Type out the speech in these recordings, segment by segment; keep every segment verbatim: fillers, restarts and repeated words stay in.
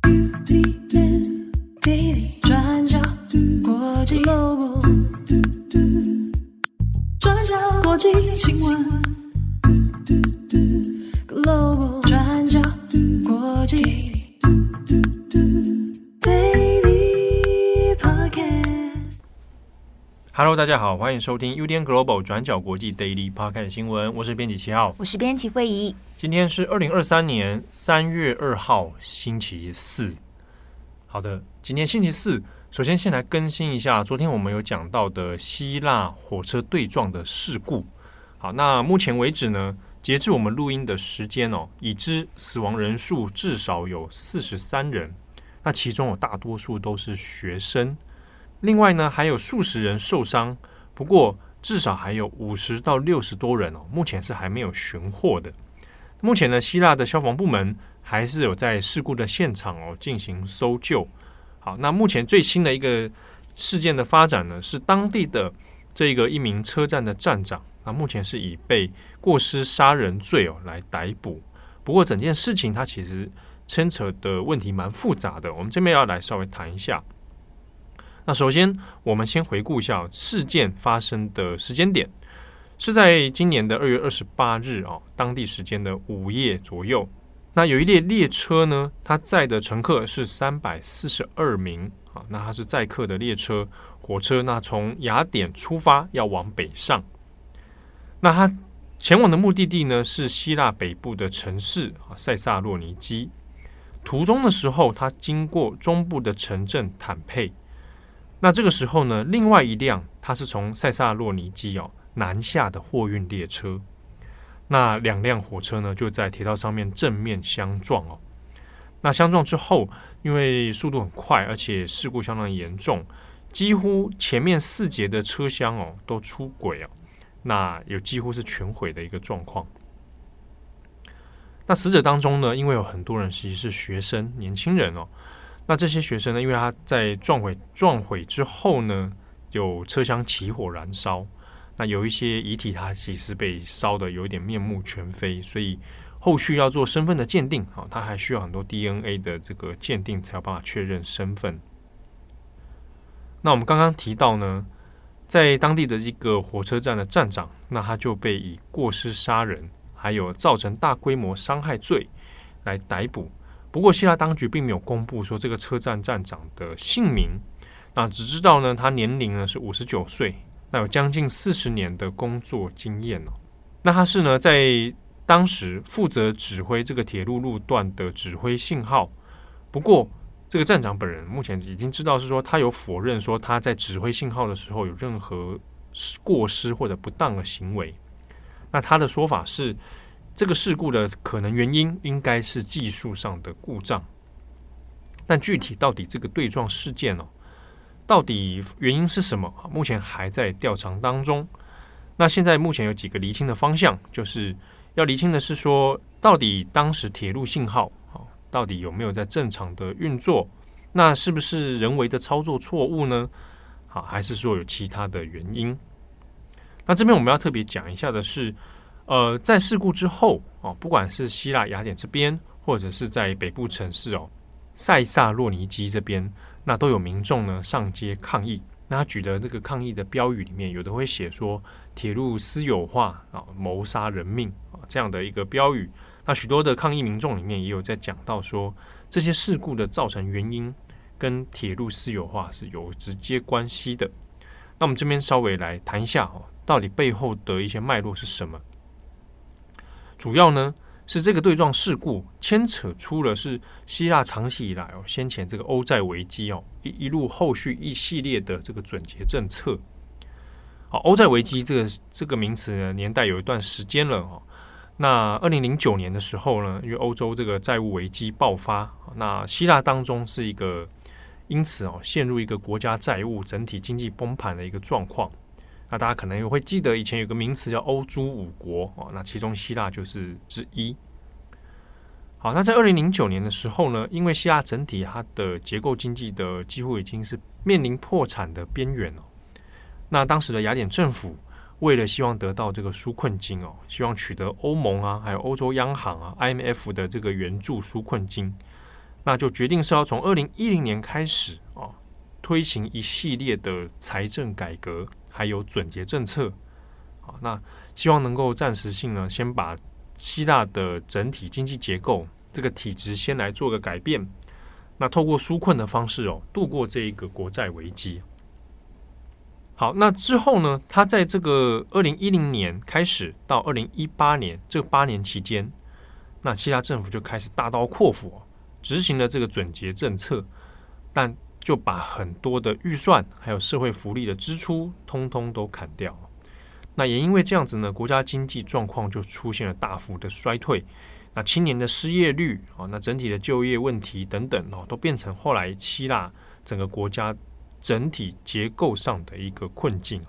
转角国际 Global 转角国际新闻 Global 转角国际 Daily Podcast。 Hello， 大家好，欢迎收听 U D N Global 转角国际 Daily Podcast 新闻，我是编辑七号， 我是编辑慧仪。 今天是二零二三年三月二号，星期四。好的，今天星期四，首先先来更新一下昨天我们有讲到的希腊火车对撞的事故。好，那目前为止呢，截至我们录音的时间哦，已知死亡人数至少有四十三人，那其中有大多数都是学生。另外呢，还有数十人受伤，不过至少还有五十到六十多人哦，目前是还没有寻获的。目前呢，希腊的消防部门还是有在事故的现场哦进行搜救。好，那目前最新的一个事件的发展呢，是当地的这个一名车站的站长，那目前是以被过失杀人罪哦来逮捕。不过整件事情它其实牵扯的问题蛮复杂的，我们这边要来稍微谈一下。那首先我们先回顾一下事件发生的时间点，是在今年的二月二十八日哦，当地时间的午夜左右。那有一列列车呢，它载的乘客是三百四十二名啊，那它是载客的列车火车，那从雅典出发要往北上。那它前往的目的地呢是希腊北部的城市啊塞萨洛尼基。途中的时候，它经过中部的城镇坦佩。那这个时候呢，另外一辆它是从塞萨洛尼基哦南下的货运列车。那两辆火车呢，就在铁道上面正面相撞哦。那相撞之后，因为速度很快，而且事故相当严重，几乎前面四节的车厢哦都出轨哦，那有几乎是全毁的一个状况。那死者当中呢，因为有很多人其实是学生、年轻人哦。那这些学生呢，因为他在撞毁撞毁之后呢，有车厢起火燃烧。那有一些遗体，它其实被烧的有一点面目全非，所以后续要做身份的鉴定，啊，它还需要很多 D N A 的这个鉴定，才有办法确认身份。那我们刚刚提到呢，在当地的一个火车站的站长，那他就被以过失杀人，还有造成大规模伤害罪来逮捕。不过希腊当局并没有公布说这个车站站长的姓名，那只知道呢，他年龄呢是五十九岁。那有将近四十年的工作经验哦。那他是呢，在当时负责指挥这个铁路路段的指挥信号。不过，这个站长本人目前已经知道是说，他有否认说他在指挥信号的时候有任何过失或者不当的行为。那他的说法是，这个事故的可能原因应该是技术上的故障。但具体到底这个对撞事件哦，到底原因是什么？目前还在调查当中。那现在目前有几个厘清的方向，就是要厘清的是说，到底当时铁路信号到底有没有在正常的运作？那是不是人为的操作错误呢？好，还是说有其他的原因？那这边我们要特别讲一下的是，呃，在事故之后哦，不管是希腊雅典这边，或者是在北部城市哦塞萨洛尼基这边。那都有民众呢上街抗议，那他举的这个抗议的标语里面，有的会写说铁路私有化啊，谋杀人命啊这样的一个标语。那许多的抗议民众里面也有在讲到说，这些事故的造成原因跟铁路私有化是有直接关系的。那我们这边稍微来谈一下哦，到底背后的一些脉络是什么？主要呢，是这个对撞事故牵扯出了是希腊长期以来哦，先前这个欧债危机哦，一一路后续一系列的这个准结政策。好，欧债危机这个这个名词呢，年代有一段时间了哦。那二零零九年的时候呢，因为欧洲这个债务危机爆发，那希腊当中是一个因此哦，陷入一个国家债务整体经济崩盘的一个状况。那大家可能也会记得以前有个名词叫欧洲五国哦，那其中希腊就是之一。好，那在二零零九年的时候呢，因为希腊整体它的结构经济的几乎已经是面临破产的边缘哦。那当时的雅典政府为了希望得到这个纾困金哦，希望取得欧盟啊，还有欧洲央行啊 I M F 的这个援助纾困金， 那就决定是要从二零一零年开始啊，推行一系列的财政改革，还有准结政策啊，那希望能够暂时性呢，先把希腊的整体经济结构这个体制先来做个改变，那透过纾困的方式哦，度过这一个国债危机。好，那之后呢，他在这个二零一零年开始到二零一八年这八年期间，那希腊政府就开始大刀阔斧、哦、执行了这个准结政策，但就把很多的预算还有社会福利的支出通通都砍掉。那也因为这样子呢，国家经济状况就出现了大幅的衰退，那青年的失业率、哦、那整体的就业问题等等、哦、都变成后来希腊整个国家整体结构上的一个困境。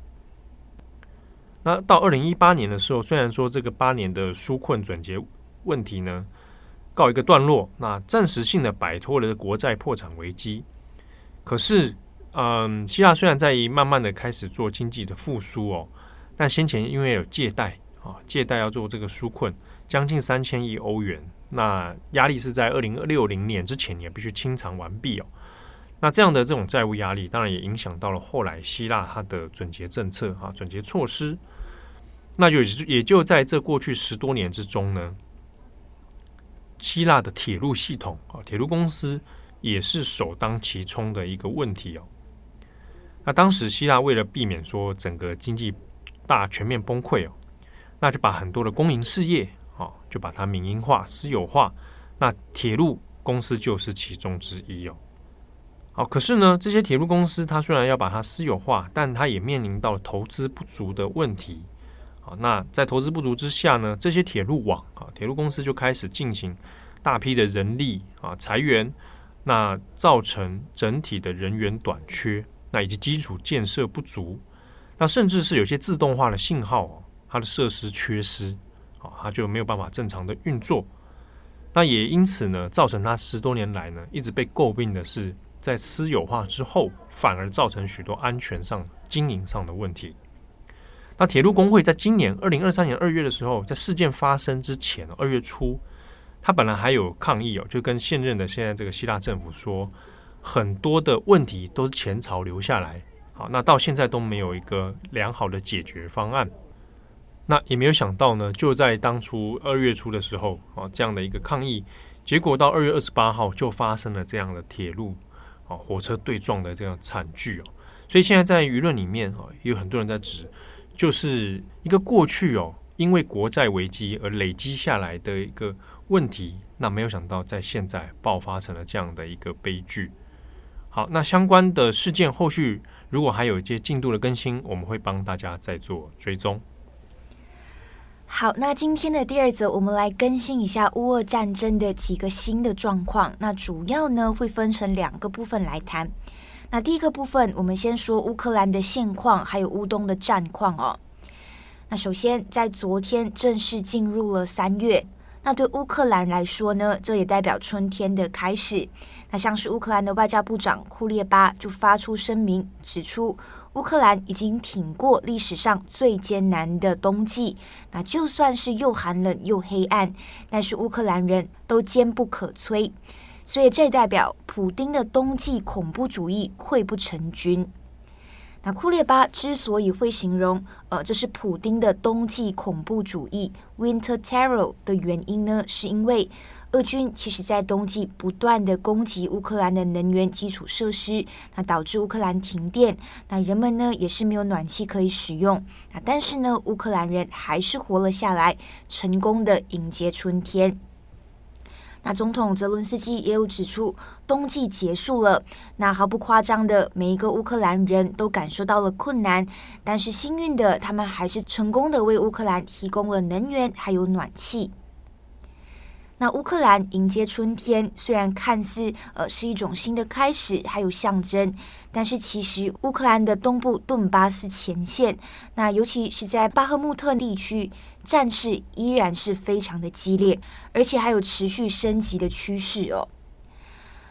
那到二零一八年的时候，虽然说这个八年的纾困准结问题呢告一个段落，那暂时性的摆脱了国债破产危机，可是嗯，希腊虽然在慢慢的开始做经济的复苏哦，但先前因为有借贷啊，借贷要做这个纾困，将近三千亿欧元，那压力是在二零六零年之前也必须清偿完毕哦。那这样的这种债务压力，当然也影响到了后来希腊它的准结政策啊、准结措施。那就也就在这过去十多年之中呢，希腊的铁路系统啊，铁路公司也是首当其冲的一个问题哦。那当时希腊为了避免说整个经济大全面崩溃哦，那就把很多的公营事业啊，就把它民营化、私有化。那铁路公司就是其中之一哦。好，可是呢，这些铁路公司它虽然要把它私有化，但它也面临到投资不足的问题。好，那在投资不足之下呢，这些铁路网啊，铁路公司就开始进行大批的人力啊裁员，那造成整体的人员短缺，那以及基础建设不足，那甚至是有些自动化的信号、哦、它的设施缺失，啊，它就没有办法正常的运作。那也因此呢，造成它十多年来呢，一直被诟病的是，在私有化之后，反而造成许多安全上、经营上的问题。那铁路工会在今年二零二三年二月的时候，在事件发生之前，二月初，他本来还有抗议哦，就跟现任的现在这个希腊政府说，很多的问题都是前朝留下来，好，那到现在都没有一个良好的解决方案。那也没有想到呢，就在当初二月初的时候，哦，这样的一个抗议，结果到二月二十八号就发生了这样的铁路哦火车对撞的这样惨剧哦。所以现在在舆论里面哦，也有很多人在指，就是一个过去哦，因为国债危机而累积下来的一个问题，那没有想到在现在爆发成了这样的一个悲剧。好，那相关的事件后续如果还有一些进度的更新，我们会帮大家再做追踪。 好，那今天的第二则，我们来更新一下乌俄战争的几个新的状况。那主要呢会分成两个部分来谈。那第一个部分，我们先说乌克兰的现况，还有乌东的战况哦。那首先，在昨天正式进入了三月。那对乌克兰来说呢，这也代表春天的开始。那像是乌克兰的外交部长库列巴就发出声明，指出乌克兰已经挺过历史上最艰难的冬季。那就算是又寒冷又黑暗，但是乌克兰人都坚不可摧。所以这代表普丁的冬季恐怖主义溃不成军。那库列巴之所以会形容呃这是普丁的冬季恐怖主义 Winter Terror 的原因呢，是因为俄军其实在冬季不断的攻击乌克兰的能源基础设施，那导致乌克兰停电，那人们呢也是没有暖气可以使用，那但是呢乌克兰人还是活了下来，成功的迎接春天。那总统泽伦斯基也有指出，冬季结束了，那毫不夸张的，每一个乌克兰人都感受到了困难，但是幸运的，他们还是成功的为乌克兰提供了能源还有暖气。那乌克兰迎接春天，虽然看似呃是一种新的开始，还有象征，但是其实乌克兰的东部顿巴斯前线，那尤其是在巴赫穆特地区，战事依然是非常的激烈，而且还有持续升级的趋势哦。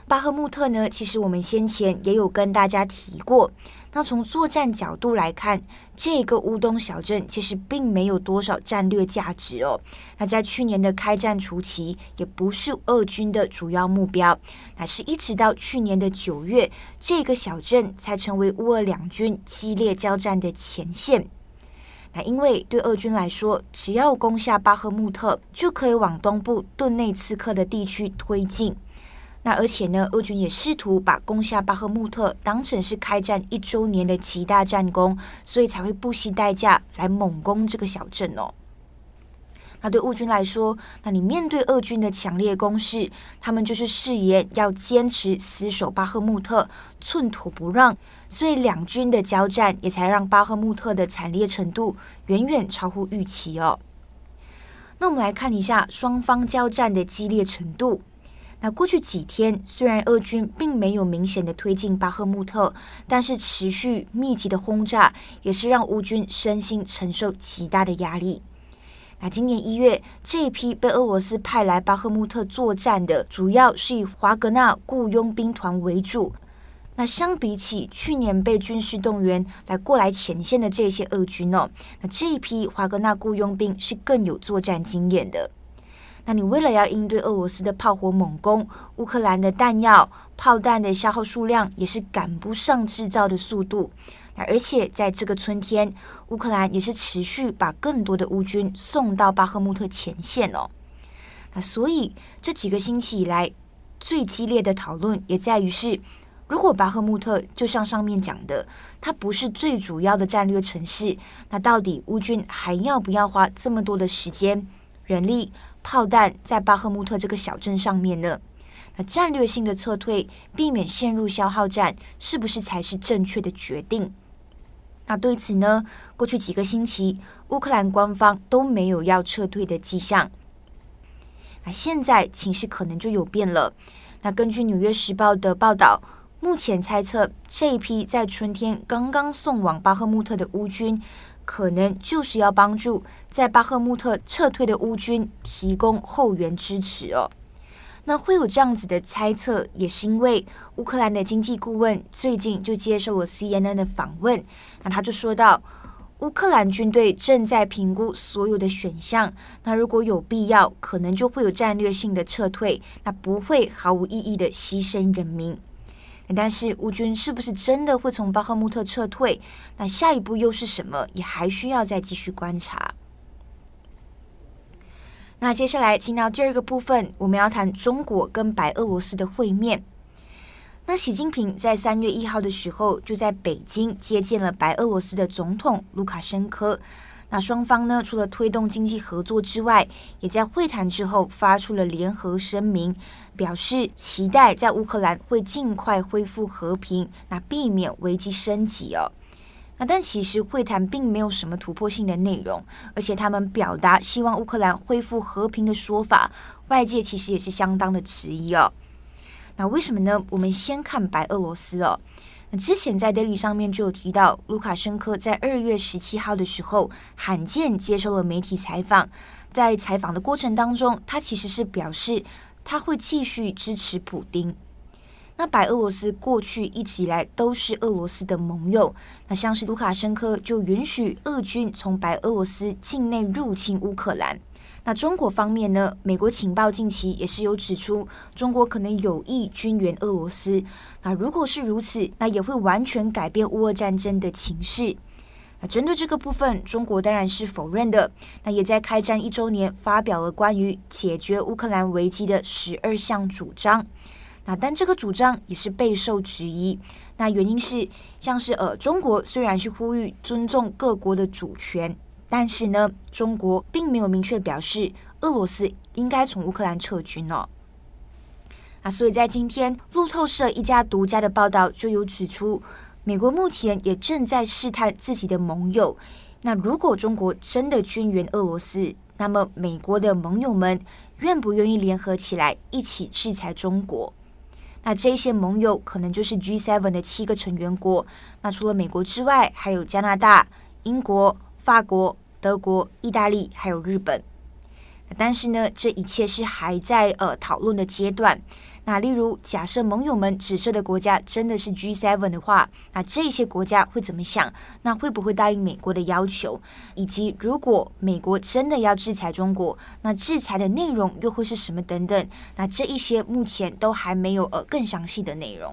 巴赫穆特呢，其实我们先前也有跟大家提过。那从作战角度来看，这个乌东小镇其实并没有多少战略价值哦。那在去年的开战初期，也不是俄军的主要目标，那是一直到去年的九月，这个小镇才成为乌俄两军激烈交战的前线。那因为对俄军来说，只要攻下巴赫穆特，就可以往东部顿内茨克的地区推进。那而且呢，俄军也试图把攻下巴赫穆特当成是开战一周年的极大战功，所以才会不惜代价来猛攻这个小镇哦。那对乌军来说，那你面对俄军的强烈攻势，他们就是誓言要坚持死守巴赫穆特，寸土不让，所以两军的交战也才让巴赫穆特的惨烈程度远远超乎预期哦。那我们来看一下双方交战的激烈程度。那过去几天，虽然俄军并没有明显的推进巴赫穆特，但是持续密集的轰炸也是让乌军身心承受极大的压力。那今年一月，这一批被俄罗斯派来巴赫穆特作战的，主要是以华格纳雇佣兵团为主。那相比起去年被军事动员来过来前线的这些俄军哦，那这一批华格纳雇佣兵是更有作战经验的。那你为了要应对俄罗斯的炮火猛攻，乌克兰的弹药、炮弹的消耗数量也是赶不上制造的速度。而且在这个春天，乌克兰也是持续把更多的乌军送到巴赫穆特前线哦。那所以这几个星期以来，最激烈的讨论也在于是，如果巴赫穆特就像上面讲的，它不是最主要的战略城市，那到底乌军还要不要花这么多的时间、人力、炮弹在巴赫穆特这个小镇上面呢？那战略性的撤退，避免陷入消耗战，是不是才是正确的决定？那对此呢，过去几个星期，乌克兰官方都没有要撤退的迹象。那现在情势可能就有变了。那根据《纽约时报》的报道，目前猜测这一批在春天刚刚送往巴赫穆特的乌军，可能就是要帮助在巴赫穆特撤退的乌军提供后援支持哦。那会有这样子的猜测，也是因为乌克兰的经济顾问最近就接受了 C N N 的访问，那他就说到，乌克兰军队正在评估所有的选项，那如果有必要，可能就会有战略性的撤退，那不会毫无意义的牺牲人民。但是乌军是不是真的会从巴赫穆特撤退？那下一步又是什么？也还需要再继续观察。那接下来进到第二个部分，我们要谈中国跟白俄罗斯的会面。那习近平在三月一号的时候，就在北京接见了白俄罗斯的总统卢卡申科。那双方呢，除了推动经济合作之外，也在会谈之后发出了联合声明，表示期待在乌克兰会尽快恢复和平，那避免危机升级哦。那但其实会谈并没有什么突破性的内容，而且他们表达希望乌克兰恢复和平的说法，外界其实也是相当的质疑哦。那为什么呢？我们先看白俄罗斯哦。那之前在 Daily 上面就有提到，卢卡申科在二月十七号的时候，罕见接受了媒体采访。在采访的过程当中，他其实是表示他会继续支持普丁。那白俄罗斯过去一直以来都是俄罗斯的盟友，那像是卢卡申科就允许俄军从白俄罗斯境内入侵乌克兰。那中国方面呢，美国情报近期也是有指出，中国可能有意军援俄罗斯。那如果是如此，那也会完全改变乌俄战争的情势。那针对这个部分，中国当然是否认的。那也在开战一周年发表了关于解决乌克兰危机的十二项主张。那但这个主张也是备受质疑。那原因是，像是呃，中国虽然是呼吁尊重各国的主权，但是呢，中国并没有明确表示俄罗斯应该从乌克兰撤军哦。那所以在今天，路透社一家独家的报道就有指出，美国目前也正在试探自己的盟友。那如果中国真的军援俄罗斯，那么美国的盟友们愿不愿意联合起来一起制裁中国？那这些盟友可能就是 G 七 的七个成员国。那除了美国之外，还有加拿大、英国、法国、德国、意大利，还有日本。 但是呢，这一切是还在呃讨论的阶段。那例如，假设盟友们指涉的国家真的是 G 七 的话，那这些国家会怎么想？那会不会答应美国的要求？以及如果美国真的要制裁中国，那制裁的内容又会是什么等等？那这一些目前都还没有呃更详细的内容。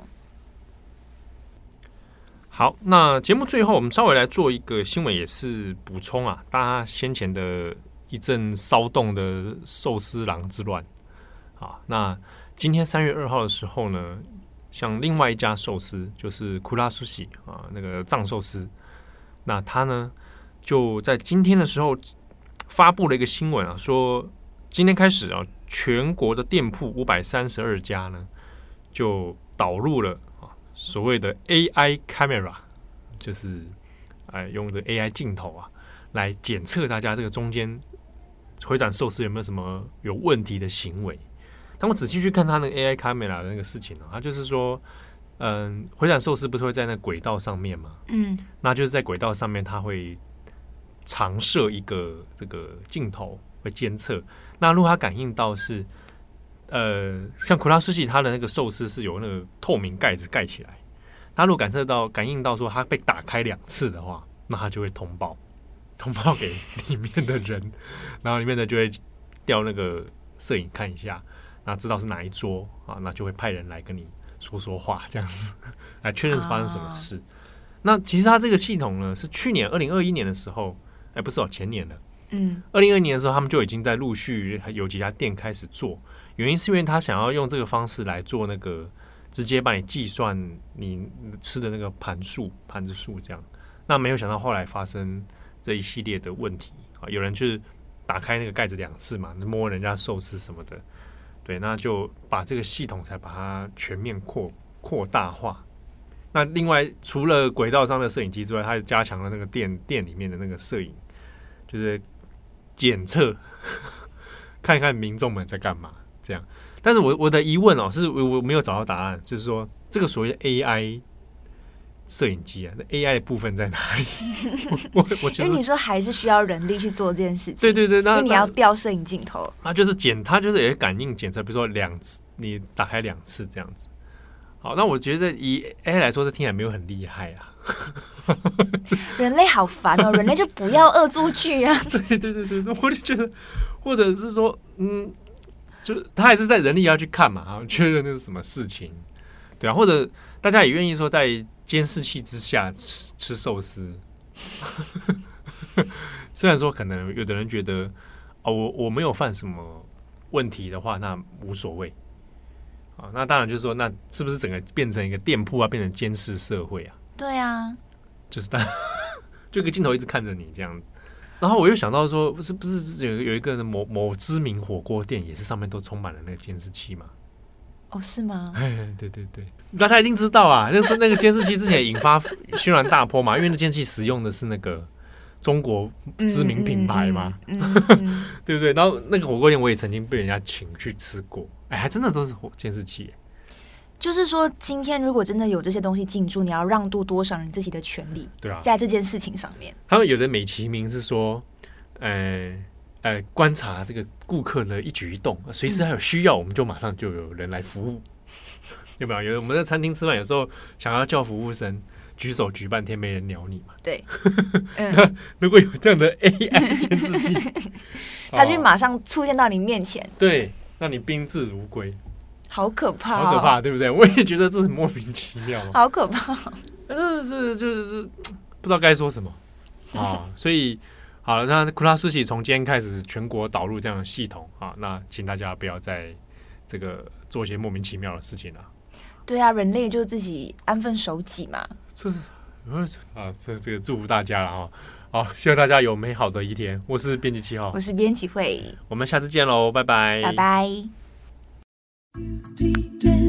好，那节目最后我们稍微来做一个新闻，也是补充啊，大家先前的一阵骚动的寿司郎之乱啊，那。今天三月二号的时候呢，像另外一家寿司，就是库拉苏喜啊，那个藏寿司，那他呢就在今天的时候发布了一个新闻啊，说今天开始啊，全国的店铺五百三十二家呢，就导入了啊所谓的 A I camera， 就是哎用的 A I 镜头啊，来检测大家这个中间回转寿司有没有什么有问题的行为。当我仔细去看他那个 A I camera 的那个事情呢、啊，他就是说，嗯，回转寿司不是会在那个轨道上面吗？嗯，那就是在轨道上面，它会常设一个这个镜头会监测。那如果它感应到是，呃，像库拉苏西它的那个寿司是有那个透明盖子盖起来，它如果感测到感应到说它被打开两次的话，那它就会通报，通报给里面的人，然后里面的就会调那个摄影看一下。那知道是哪一桌啊，那就会派人来跟你说说话，这样子来确认是发生什么事。啊、那其实它这个系统呢，是去年二零二一年的时候，哎，不是哦，前年了。嗯，二零二一年的时候，他们就已经在陆续有几家店开始做。原因是因为他想要用这个方式来做那个直接帮你计算你吃的那个盘数、盘子数这样。那没有想到后来发生这一系列的问题啊，有人就是打开那个盖子两次嘛，摸人家寿司什么的。对，那就把这个系统才把它全面扩扩大化。那另外，除了轨道上的摄影机之外，它也加强了那个店店里面的那个摄影，就是检测，看一看民众们在干嘛这样。但是我我的疑问哦，是我我没有找到答案，就是说这个所谓的 A I 摄影机啊，那 A I 的部分在哪里？我我因为你说还是需要人力去做这件事情， 对对对，那因为你要调摄影镜头， 它就是检，它就是也感应检测，比如说两次你打开两次这样子。好，那我觉得以 A I 来说，这听起来没有很厉害啊。 人类好烦哦，人类就不要恶作剧啊。 对对对对，我就觉得，或者是说，嗯，就他还是在人力要去看嘛，确认那是什么事情，对啊，或者大家也愿意说在监视器之下吃吃寿司，虽然说可能有的人觉得哦，我我没有犯什么问题的话，那无所谓啊。那当然就是说，那是不是整个变成一个店铺啊，变成监视社会啊？ 对啊， 就是大就一个镜头一直看着你这样。然后我又想到说，不是不是有有一个某某知名火锅店，也是上面都充满了那个监视器嘛？ 哦，是吗？ 哎，对对对，大家一定知道啊，就是那个监视器之前引发轩然大波嘛，因为那监视器使用的是那个中国知名品牌嘛，嗯嗯嗯嗯、对不对？然后那个火锅店我也曾经被人家请去吃过，哎，还真的都是监视器。 就是说，今天如果真的有这些东西进驻，你要让渡多少人自己的权利？ 对啊， 在这件事情上面， 他们有的美其名是说，呃。呃，观察这个顾客的一举一动，随时还有需要，我们就马上就有人来服务，有没有？有我们在餐厅吃饭，有时候想要叫服务生举手举半天，没人鸟你嘛。对，嗯、那如果有这样的 A I 监视器， 他就马上出现到你面前， 对，让你宾至如归， 好可怕、哦， 好可怕，对不对？我也觉得这是莫名其妙， 好可怕， 这这就是不知道该说什么啊，所以。好了，那库拉苏西从今天开始全国导入这样的系统啊，那请大家不要再这个做一些莫名其妙的事情了。 对啊，人类就自己安分守己嘛。 这啊，这这个祝福大家了哈。好，希望大家有美好的一天。我是编辑七号， 我是编辑会， 我们下次见喽，拜拜， 拜拜。